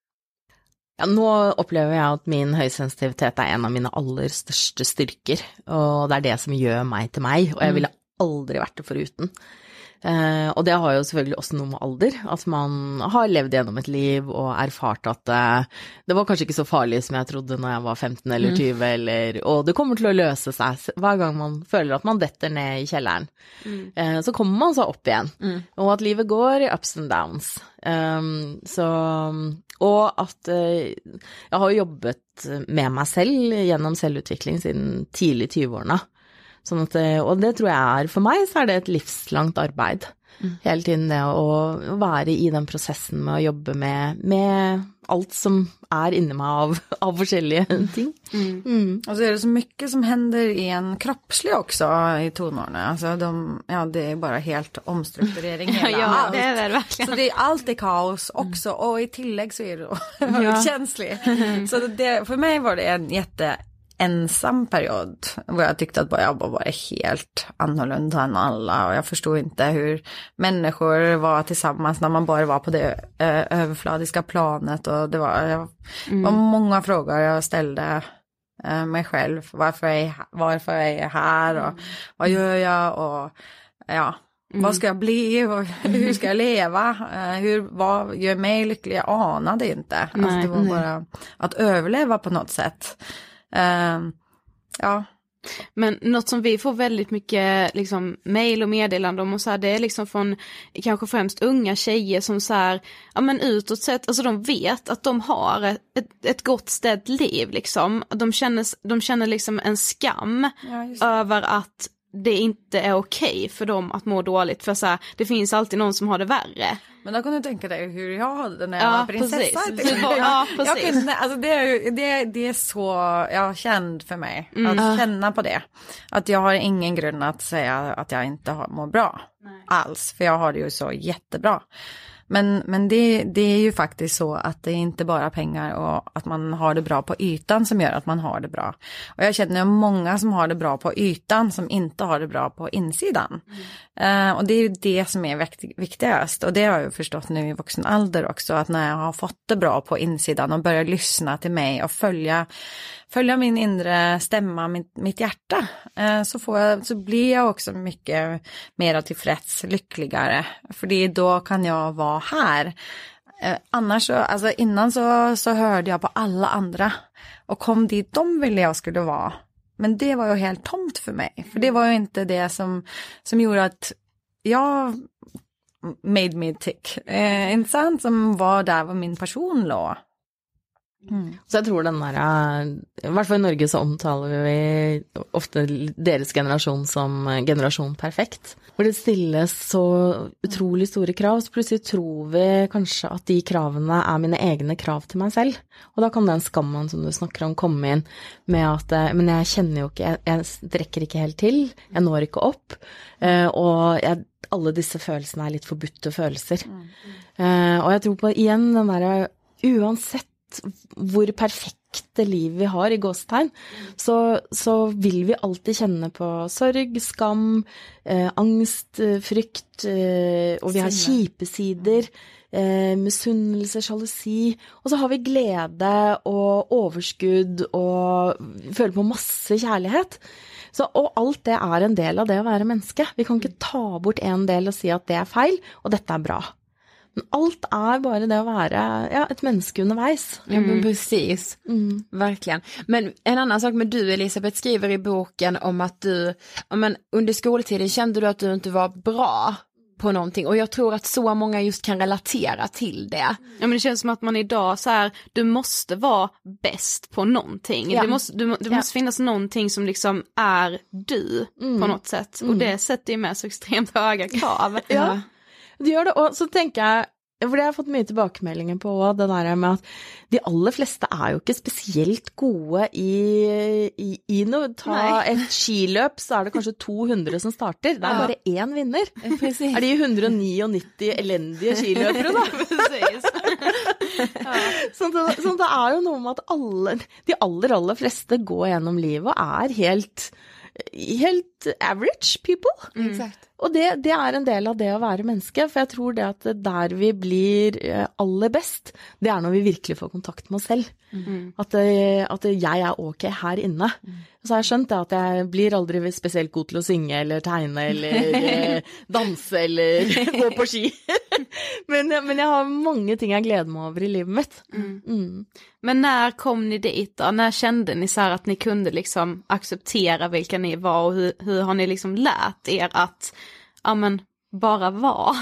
Ja, nå opplever jeg at min høysensitivitet er en av mine aller største styrker, og det er det som gjør meg til meg, og jeg ville aldri vært det foruten. Eh, og det har jo selvfølgelig også noe med alder, at man har levd gjennom et liv og erfart at eh, det var kanskje ikke så farlig som jeg trodde når jeg var femten eller tjue, eller, og det kommer til å løse seg hver gang man føler at man detter ned i kjelleren. Mm. Eh, så kommer man seg opp igjen, mm. og at livet går i ups and downs. Um, så, og at eh, jeg har jobbet med meg selv gjennom selvutvikling siden tidlig tjue-årene. Sånn at, og det tror jeg er, for meg så er det et livslangt arbeid. Mm. Hele tiden det å være i den prosessen med å jobbe med, med allt som är inne mig av, av forskjellige ting. Mm. Mm. Och så är det så mycket som händer i en kroppslig också i tonårene. Alltså de, ja, det är bara helt omstrukturering hela ja, allt. Det är det verkligen. Så det är alltid kaos också, och i tillägg så är det högkänslig. Ja. Så det, för mig var det en jätte ensam period hvor jag tyckte att jag var bara helt annorlunda än alla, och jag förstod inte hur människor var tillsammans när man bara var på det eh, överfladiska planet, och det var, jag, mm. var många frågor jag ställde eh, mig själv, varför är jag, varför är jag här och vad gör jag, och ja, mm. vad ska jag bli och hur ska jag leva, eh, hur, vad gör mig lycklig, jag anade inte. Nej, alltså det var nej. bara att överleva på något sätt. Uh, ja. Men något som vi får väldigt mycket liksom mejl och meddelanden om och så här, det är liksom från kanske främst unga tjejer som så här, ja men utåt sett, alltså de vet att de har ett, ett, ett gott ställt liv liksom. De känner, de känner liksom en skam ja, över att det inte är okej för dem att må dåligt, för så här, det finns alltid någon som har det värre. Men då kan du tänka dig hur jag hade när jag Ja, var prinsessa. precis. Ja, jag precis. kunde, alltså det, är, det, det är så jag känd för mig. Mm. Att känna på det. Att jag har ingen grund att säga att jag inte har, mår bra. Nej. Alls. För jag har det ju så jättebra. Men, men det, det är ju faktiskt så att det är inte bara pengar och att man har det bra på ytan som gör att man har det bra. Och jag känner många som har det bra på ytan som inte har det bra på insidan. Mm. Uh, och det är ju det som är vikt, viktigast. Och det har jag förstått nu i vuxen ålder också. Att när jag har fått det bra på insidan och börjar lyssna till mig och följa, följa min inre stämma, mitt, mitt hjärta. Uh, så, får jag, så blir jag också mycket mer tillfreds, lyckligare. För det, då kan jag vara här. Eh, annars så, alltså innan så, så hörde jag på alla andra och kom dit de ville jag skulle vara. Men det var ju helt tomt för mig. För det var ju inte det som, som gjorde att jag made me tick. Eh, inte sant, som var där var min person låg. Mm. Så jeg tror den der, i hvert fall i Norge så omtaler vi ofte deres generasjon som generasjon perfekt, hvor det stilles så utrolig store krav, så plutselig tror vi kanskje at de kravene er mine egne krav til meg selv, og da kan den skammen som du snakker om komme inn med at, men jeg kjenner jo ikke, jeg, jeg drekker ikke helt til, jeg når ikke opp, og jeg, alle disse følelsene er litt forbutte følelser. Mm. Mm. Og jeg tror på igjen den der, uansett hvor perfekte liv vi har i gåstegn, så, så vil vi alltid kjenne på sorg, skam, eh, angst, frykt, eh, og vi har kjipe sider, eh, misunnelse, sjalusi, og så har vi glede og overskudd og føler på masse kjærlighet. Så, og alt det er en del av det å være menneske. Vi kan ikke ta bort en del og si at det er feil, og dette er bra. Men allt är bara det att vara ja, ett människa underveis. Mm. Ja, men precis. Mm. Verkligen. Men en annan sak med du, Elisabeth, skriver i boken om att du, ja, men under skoltiden kände du att du inte var bra på någonting. Och jag tror att så många just kan relatera till det. Ja, men det känns som att man idag så här, du måste vara bäst på någonting. Ja. Det måste, du, det ja. måste finnas någonting som liksom är du mm. på något sätt. Och mm. det sätter ju med så extremt höga krav. Ja. Det gjør det, og så tenker jeg, for det har jeg fått mye tilbakemeldinger på, det der med at de aller fleste er jo ikke spesielt gode i, i, i noe. Ta Nei. Et skiløp, så er det kanskje to hundre som starter. Det er bare én vinner. Precis. Er de one hundred ninety elendige skiløpere da? ja. Sånn, det, sånn det er jo noe med at alle, de aller, aller fleste går gjennom livet og er helt, helt average people. Mm. Exakt. Og det, det er en del av det å være menneske, for jeg tror det at der vi blir aller best, det er når vi virkelig får kontakt med oss selv. Mm. At, at jeg er ok her inne. Mm. Så har jeg skjønt det at jeg blir aldri spesielt god til å synge, eller tegne, eller danse, eller gå på ski. men, men jeg har mange ting jeg gleder meg over i livet mitt. Mm. Mm. Men när kom ni dit då? När kände ni så här att ni kunde liksom acceptera vilka ni var, och hur, hur har ni liksom lärt er att ja, men bara vara?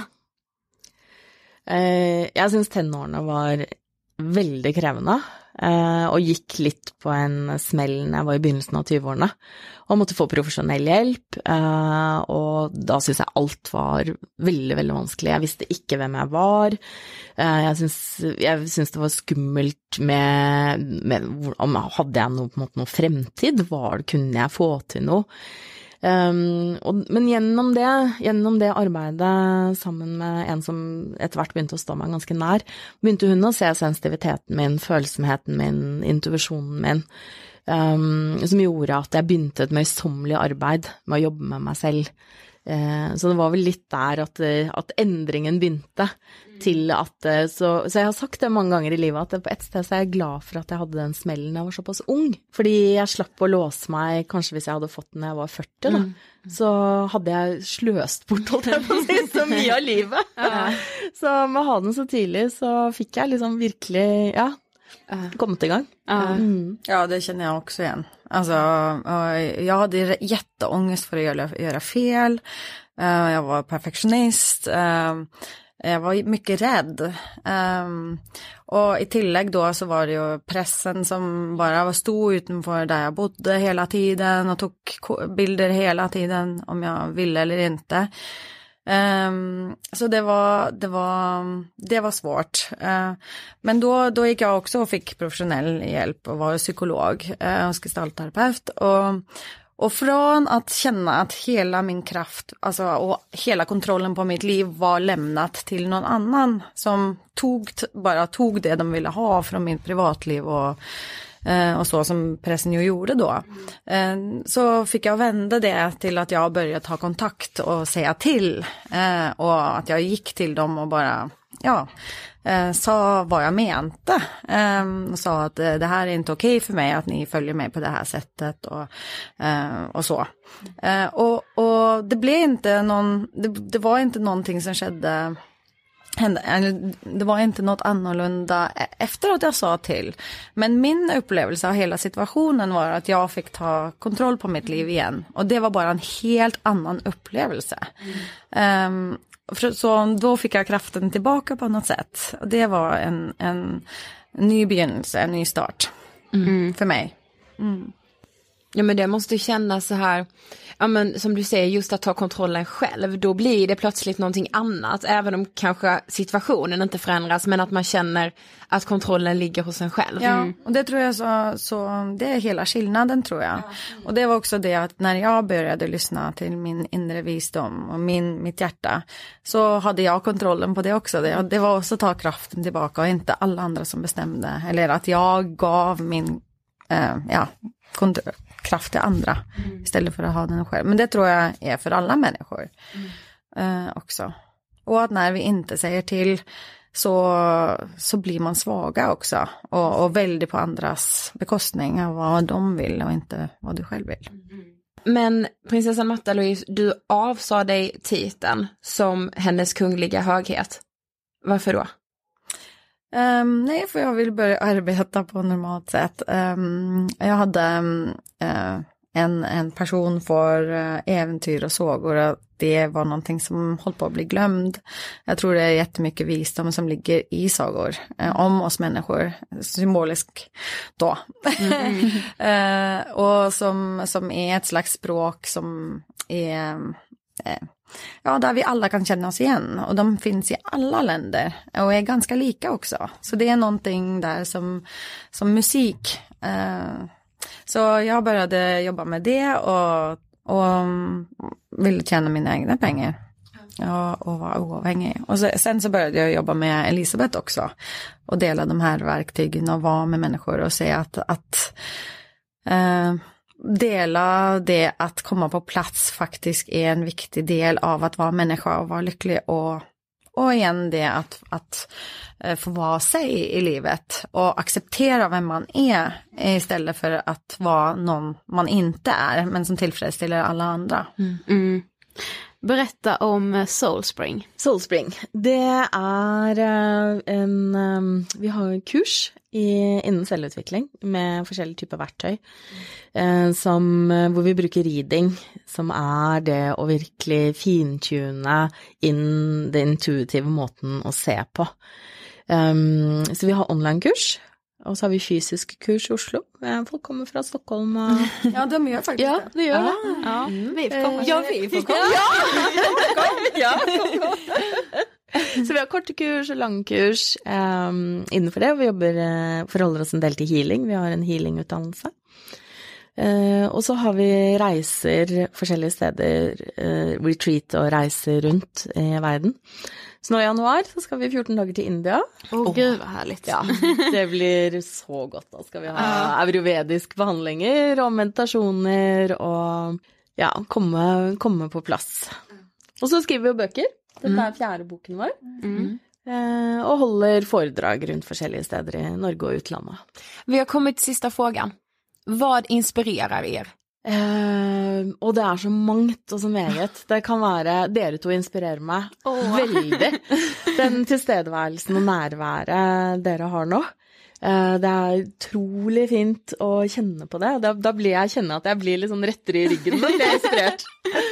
Eh, jeg synes tenårene var veldig krevende, eh, og gikk litt på en smell når jeg var i begynnelsen av tjueårene, og måtte få profesjonell hjelp, eh, og da synes jeg alt var veldig, veldig vanskelig. Jeg visste ikke hvem jeg var. Eh, jeg synes, jeg synes det var skummelt med, med om hadde jeg noe, på en måte, noe fremtid, var, kunne jeg få til noe? Um, og, men gjennom det, gjennom det arbeidet sammen med en som etter hvert begynte å stå meg ganske nær, begynte hun å se sensitiviteten min, følsomheten min, intuisjonen min, um, som gjorde at jeg begynte et møysommelig arbeid med å jobbe med meg selv. Uh, så det var vel litt der at, at endringen begynte til at, så, så jeg har sagt det mange ganger i livet, at på et sted så er jeg glad for at jeg hadde den smellen jeg var såpass ung, fordi jeg slapp å låse meg, kanskje hvis jeg hadde fått den når jeg var førti da, mm. så hadde jeg sløst bort, holdt jeg på å si, så mye av livet. Ja. Så med å ha den så tidlig, så fikk jeg liksom virkelig, ja, kommet i gang. Mm. Ja, det känner jag också igen. Alltså, jag hade jätteångest för att göra, göra fel. Jag var perfektionist. Jag var mycket rädd. Och i tillägg då så var det ju pressen som bara var stor utanför där jag bodde hela tiden och tog bilder hela tiden om jag ville eller inte. Um, så det var, det var, det var svårt. Uh, men då, då gick jag också och fick professionell hjälp och var psykolog uh, och gestaltterapeut. Och, och från att känna att hela min kraft, alltså, och hela kontrollen på mitt liv var lämnat till någon annan som tog, bara tog det de ville ha från mitt privatliv och och så som pressen ju gjorde då. Så fick jag vända det till att jag började ta kontakt och säga till. Och att jag gick till dem och bara, ja, sa vad jag mente. Och sa att det här är inte okej för mig att ni följer mig på det här sättet och, och så. Och, och det blev inte någon, det, det var inte någonting som skedde. Det var inte något annorlunda efter att jag sa till. Men min upplevelse av hela situationen var att jag fick ta kontroll på mitt liv igen. Och det var bara en helt annan upplevelse. Mm. Um, så då fick jag kraften tillbaka på något sätt. Och det var en, en ny begynnelse, en ny start mm. för mig. Mm. Ja, men det måste kännas så här, ja men som du säger, just att ta kontrollen själv, då blir det plötsligt någonting annat, även om kanske situationen inte förändras, men att man känner att kontrollen ligger hos en själv. Ja, och det tror jag så, så det är hela skillnaden tror jag. Och det var också det att när jag började lyssna till min inre visdom och min, mitt hjärta, så hade jag kontrollen på det också. Det, det var också att ta kraften tillbaka och inte alla andra som bestämde, eller att jag gav min, eh, ja, kontroll. kraft till andra mm. istället för att ha den själv. Men det tror jag är för alla människor mm. eh, också. Och att när vi inte säger till så, så blir man svaga också. Och, och väldigt på andras bekostning av vad de vill och inte vad du själv vill. Mm. Men prinsessan Märtha-Louise, du avsade dig titeln som hennes kungliga höghet. Varför då? Um, nej, för jag vill börja arbeta på normalt sätt. Um, jag hade uh, en, en passion för uh, äventyr och sågor. Och det var någonting som håller på att bli glömd. Jag tror det är jättemycket visdom som ligger i sagor uh, om oss människor. Symbolisk då. Mm. uh, och som, som är ett slags språk som är... Uh, Ja, där vi alla kan känna oss igen. Och de finns i alla länder. Och är ganska lika också. Så det är någonting där som, som musik. Uh, så jag började jobba med det. Och, och ville tjäna mina egna pengar. Ja, och vara oavhängig. Och så, sen så började jag jobba med Elisabeth också. Och dela de här verktygen och vara med människor. Och säga att... att uh, dela det att komma på plats faktiskt är en viktig del av att vara människa och vara lycklig och, och igen det att, att få vara sig i livet och acceptera vem man är istället för att vara någon man inte är men som tillfredsställer alla andra. Mm. Mm. Berätta om Soulspring. Soulspring, det är en, vi har en kurs i, innen selvutvikling med forskjellige typer verktøy, mm. som, hvor vi bruker reading, som er det å virkelig fintune inn den intuitive måten å se på. Um, så vi har online-kurs, og så har vi fysisk kurs i Oslo. Folk kommer fra Stockholm. Og... Ja, de gjør faktisk ja, det. De gjør det. Ah. Ja, mm. vi får komme. Ja, vi får komme. Ja, kom, kom. Så vi har korte kurs og lange kurs um, innenfor det. Vi jobber, uh, forholder oss en del til healing. Vi har en healingutdannelse. Uh, og så har vi reiser forskjellige steder, uh, retreat og reiser rundt i verden. Så nå i januar så skal vi fjorton dager til India. Åh, oh, gud vad härligt. Ja, det blir så godt. Da skal vi ha ayurvedisk behandlinger og meditasjoner og ja, komme, komme på plass. Og så skriver vi jo bøker. Dette er fjerde boken vår. Mm. Eh, og holder foredrag rundt forskjellige steder i Norge og utlandet. Vi har kommit till sista frågan. Vad inspirerar er? Uh, og det er så mangt og så meget. Det kan være dere to inspirerer meg oh. veldig. Den tilstedeværelsen og nærværet dere har nå. Uh, det er utrolig fint å kjenne på det. Da, da blir jeg kjenne at jeg blir litt sånn rettere i ryggen. Da blir jeg inspirert.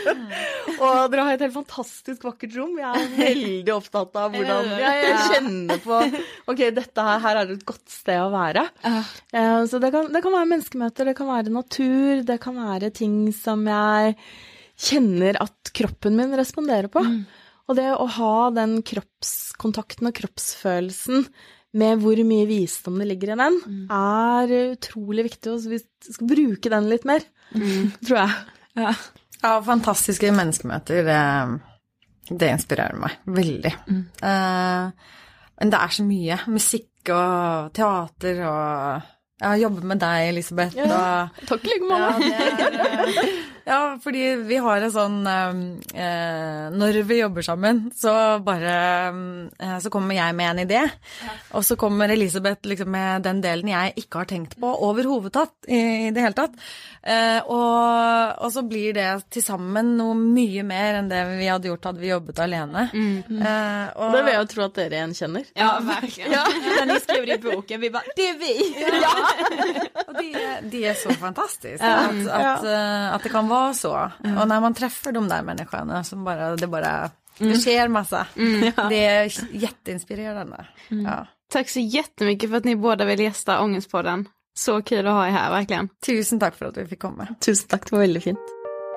Og dere har et helt fantastisk vakkert rom. Jeg er veldig opptatt av hvordan jeg, jeg kjenner på ok, dette her, her er et godt sted å være. Uh, så det kan, det kan være menneskemøter, det kan være natur, det kan være ting som jeg kjenner at kroppen min responderer på. Mm. Och det att ha den kroppskontakten och kroppsfølelsen med hvor mye visdom det ligger i den, mm. är otroligt viktigt. Och vi ska bruka den lite mer, mm. tror jag. Ja, ja fantastiska menneskemøter, det, det inspirerar mig väldigt. Mm. Uh, men det är så mycket musik och teater och jag har jobbat med dig, Elisabeth. Ja, och, tack like mamma. Ja, ja, fordi vi har en sån eh, när vi jobbar sammen så bara eh, så kommer jag med en idé ja. Och så kommer Elisabeth liksom med den delen jag inte har tänkt på överhuvudtaget i, i det hela tatt. Eh, och och så blir det tillsammans nog mycket mer än det vi hade gjort hade vi jobbat alene. Mm. Eh, och det vill jag tro att det är det en känner. Ja, verkligen. Ja. När ni skrev det i boken vi bara det är vi. Ja. Och det, det är så fantastiskt ja. att, att, ja. att det kan vara så. Mm. Och när man träffar de där människorna som bara, det bara, mm. det sker massa. Mm. Ja. Det är jätteinspirerande. Mm. Ja. Tack så jättemycket för att ni båda vill gästa Ångestpodden. Så kul att ha er här, verkligen. Tusen tack för att vi fick komma. Tusen tack, det var väldigt fint.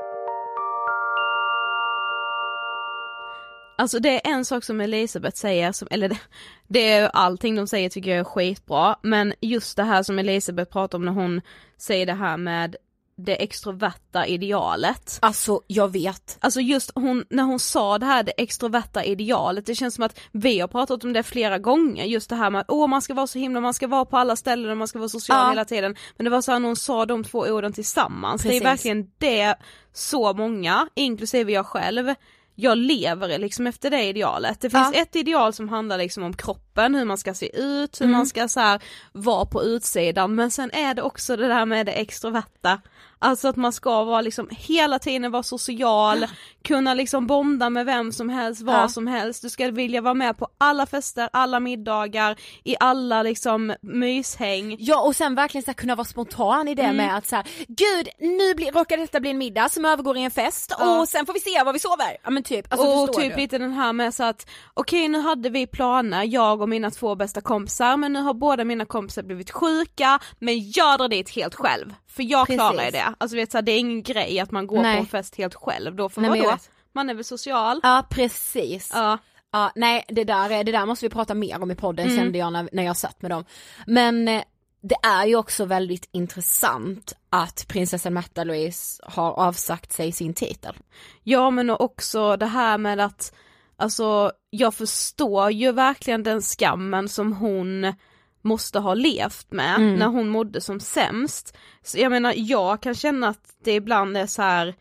Alltså det är en sak som Elisabeth säger, som, eller det, det är allting de säger tycker jag är skitbra, men just det här som Elisabeth pratar om när hon säger det här med det extroverta idealet. Alltså jag vet. Alltså just hon, när hon sa det här, det extroverta idealet, det känns som att vi har pratat om det flera gånger, just det här med att åh, man ska vara så himla, man ska vara på alla ställen och man ska vara social ja. hela tiden. Men det var så här när hon sa de två orden tillsammans. Precis. Det är verkligen det så många, inklusive jag själv, jag lever liksom efter det idealet. Det finns ja. ett ideal som handlar liksom om kroppen, hur man ska se ut, hur mm. man ska så här vara på utsidan, men sen är det också det där med det extroverta. Alltså att man ska vara liksom hela tiden vara social, kunna liksom bonda med vem som helst, vad ja. som helst. Du ska vilja vara med på alla fester, alla middagar, i alla liksom myshäng. Ja, och sen verkligen så här, kunna vara spontan i det mm. med att så här, gud, nu blir, råkar detta bli en middag som övergår i en fest ja. och sen får vi se vad vi sover. Ja, men typ. Alltså, och typ du? lite den här med så att okej, okay, nu hade vi planer, jag och mina två bästa kompisar, men nu har båda mina kompisar blivit sjuka, men jag drar dit helt själv. För jag Precis. klarar det. Alltså vet så, det är ingen grej att man går nej. på en fest helt själv. Då för nej, vadå? Man är väl social. Ja, precis. Ja. Ja, nej, det där, det där måste vi prata mer om i podden, mm. kände jag när, när jag satt med dem. Men det är ju också väldigt intressant att prinsessan Märtha Louise har avsagt sig sin titel. Ja, men också det här med att alltså, jag förstår ju verkligen den skammen som hon måste ha levt med mm. när hon mådde som sämst. Så jag menar, jag kan känna att det ibland är så här,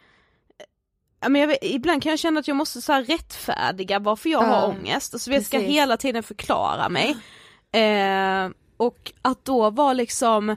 jag menar, ibland kan jag känna att jag måste så här rättfärdiga varför jag mm. har ångest. Alltså jag ska Precis. hela tiden förklara mig. Eh, och att då vara liksom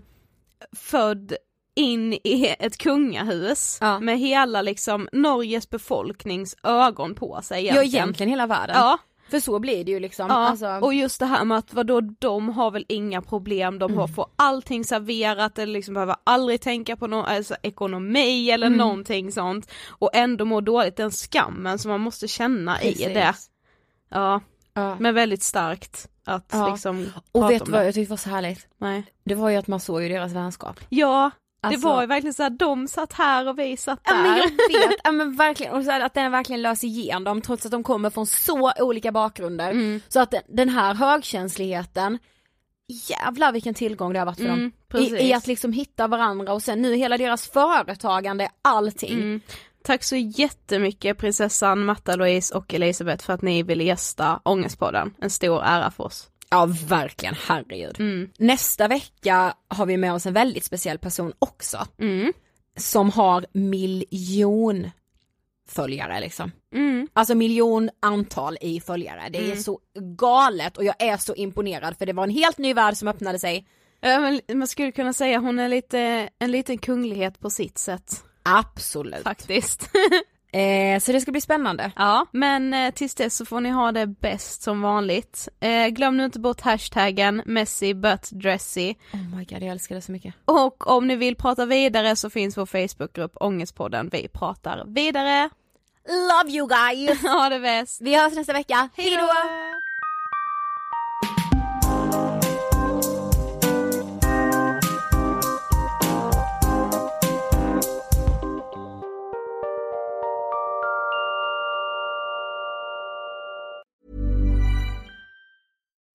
född in i ett kungahus ja. med hela liksom Norges befolknings ögon på sig egentligen. Ja, egentligen hela världen. Ja. För så blir det ju liksom. Ja, alltså. Och just det här med att vadå, de har väl inga problem, de mm. får allting serverat eller liksom behöver aldrig tänka på någon alltså, ekonomi eller mm. någonting sånt. Och ändå mår dåligt, den skammen som man måste känna Precis. i det. Ja, ja, men väldigt starkt att ja. liksom och vet du vad jag tyckte var så härligt? Nej. Det var ju att man såg ju deras vänskap. Ja. Alltså, det var ju verkligen så här, de satt här och vi satt där. Ja, men jag vet, ja, men verkligen, och så här, att den verkligen löser igenom dem trots att de kommer från så olika bakgrunder. Mm. Så att den, den här högkänsligheten, jävlar vilken tillgång det har varit för mm, dem. I, I att liksom hitta varandra och sen nu hela deras företagande, allting. Mm. Tack så jättemycket prinsessan Märtha Louise och Elisabeth för att ni ville gästa Ångestpodden. En stor ära för oss. Ja, verkligen, herregud. Mm. Nästa vecka har vi med oss en väldigt speciell person också. Mm. Som har miljon följare liksom. Mm. Alltså miljon antal i följare. Det mm. är så galet och jag är så imponerad för det var en helt ny värld som öppnade sig. Ja, men man skulle kunna säga hon är lite en liten kunglighet på sitt sätt. Absolut. Faktiskt. Eh, så det ska bli spännande. Ja, men eh, tills dess så får ni ha det bäst som vanligt. Eh, glöm nu inte bort hashtaggen messy but dressy. Oh my god, jag älskar det så mycket. Och om ni vill prata vidare så finns vår Facebookgrupp Ångestpodden. Vi pratar vidare. Love you guys. Ha det bäst. Vi hörs nästa vecka. Hej då.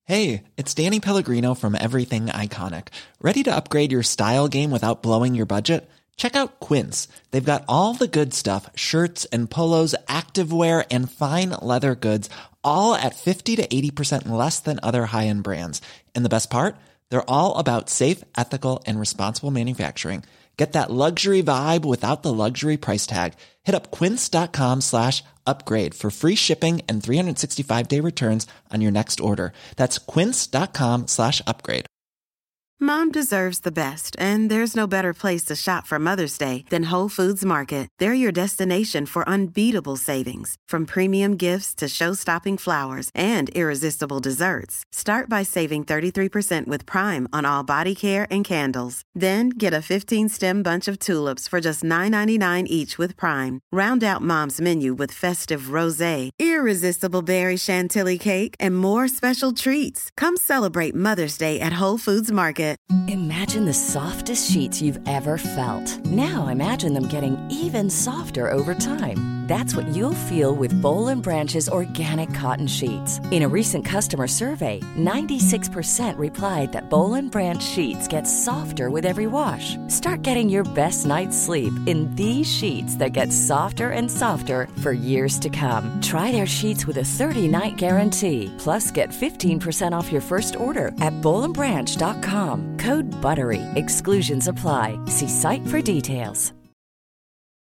Hey, it's Danny Pellegrino from Everything Iconic. Ready to upgrade your style game without blowing your budget? Check out Quince. They've got all the good stuff, shirts and polos, activewear, and fine leather goods, all at fifty to eighty percent less than other high-end brands. And the best part? They're all about safe, ethical, and responsible manufacturing. Get that luxury vibe without the luxury price tag. Hit up quince.com slash upgrade for free shipping and three sixty-five day returns on your next order. That's quince.com slash upgrade. Mom deserves the best, and there's no better place to shop for Mother's Day than Whole Foods Market. They're your destination for unbeatable savings, from premium gifts to show-stopping flowers and irresistible desserts. Start by saving thirty-three percent with Prime on all body care and candles. Then get a fifteen-stem bunch of tulips for just nine ninety-nine each with Prime. Round out Mom's menu with festive rosé, irresistible berry chantilly cake, and more special treats. Come celebrate Mother's Day at Whole Foods Market. Imagine the softest sheets you've ever felt. Now imagine them getting even softer over time. That's what you'll feel with Boll and Branch's organic cotton sheets. In a recent customer survey, ninety-six percent replied that Boll and Branch sheets get softer with every wash. Start getting your best night's sleep in these sheets that get softer and softer for years to come. Try their sheets with a thirty-night guarantee. Plus, get fifteen percent off your first order at boll and branch dot com. Code BUTTERY. Exclusions apply. See site for details.